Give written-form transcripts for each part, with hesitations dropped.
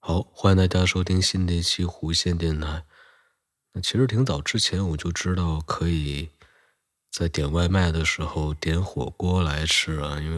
好，欢迎大家收听新的一期弧线电台。那其实挺早之前我就知道可以在点外卖的时候点火锅来吃啊，因为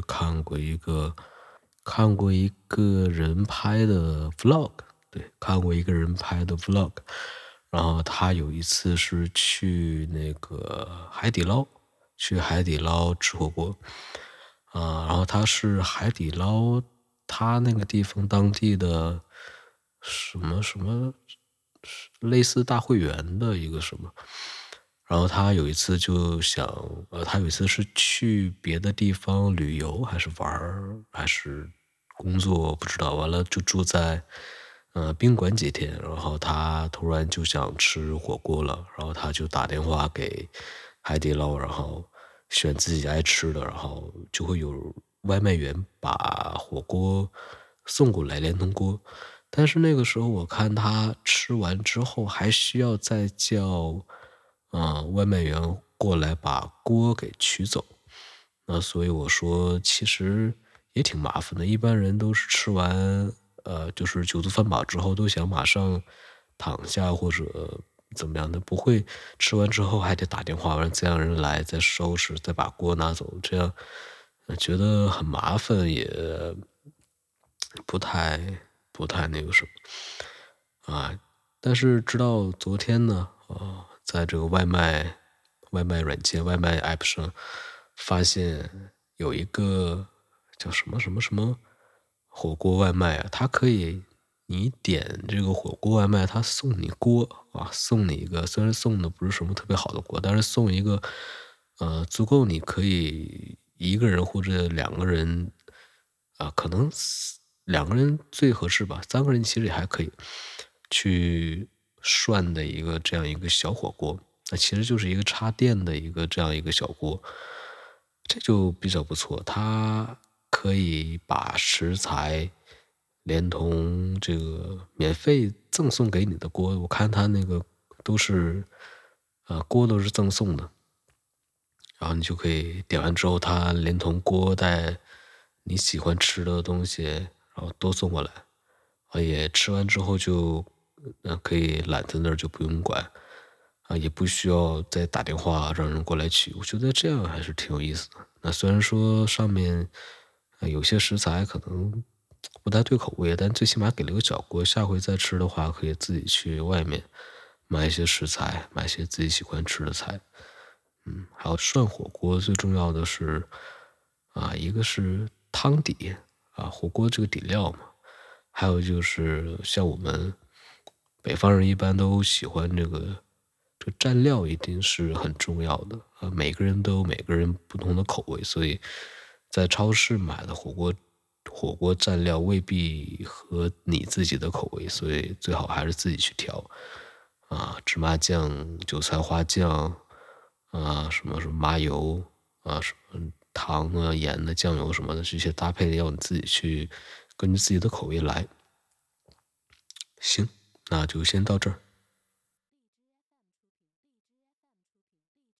看过一个人拍的 vlog，对，看过一个人拍的 vlog，然后他有一次是去那个海底捞，去海底捞吃火锅。然后他是海底捞，他那个地方当地的什么类似大会员的一个什么，然后他有一次就想，他有一次是去别的地方旅游还是玩儿还是工作不知道，完了就住在宾馆几天，然后他突然就想吃火锅了，然后他就打电话给海底捞，然后选自己爱吃的，然后就会有外卖员把火锅送过来，连同锅。但是那个时候我看他吃完之后还需要再叫外卖员过来把锅给取走。那所以我说其实也挺麻烦的，一般人都是吃完就是酒足饭饱之后都想马上躺下或者怎么样的，不会吃完之后还得打电话让再让人来再收拾再把锅拿走，这样觉得很麻烦，也不太那个什么但是直到昨天呢在这个外卖软件外卖 app 上发现有一个叫什么什么什么火锅外卖啊，它可以你点这个火锅外卖，它送你锅送你一个，虽然送的不是什么特别好的锅，但是送一个足够你可以一个人或者两个人可能两个人最合适吧，三个人其实也还可以去涮的一个这样一个小火锅，那其实就是一个插电的一个这样一个小锅，这就比较不错，它可以把食材连同这个免费赠送给你的锅，我看它那个都是锅都是赠送的，然后你就可以点完之后，它连同锅带你喜欢吃的东西，然后都送过来，也吃完之后就可以懒在那儿就不用管也不需要再打电话让人过来取，我觉得这样还是挺有意思的。那虽然说上面有些食材可能不太对口味，但最起码给了个小锅，下回再吃的话可以自己去外面买一些食材，买一些自己喜欢吃的菜。还有涮火锅最重要的是一个是汤底火锅这个底料嘛，还有就是像我们北方人一般都喜欢这个蘸料一定是很重要的每个人都有每个人不同的口味，所以在超市买的火锅蘸料未必合你自己的口味，所以最好还是自己去调芝麻酱、韭菜花酱什么什么麻油什么糖盐酱油什么的，这些搭配要你自己去根据自己的口味来。行，那就先到这儿。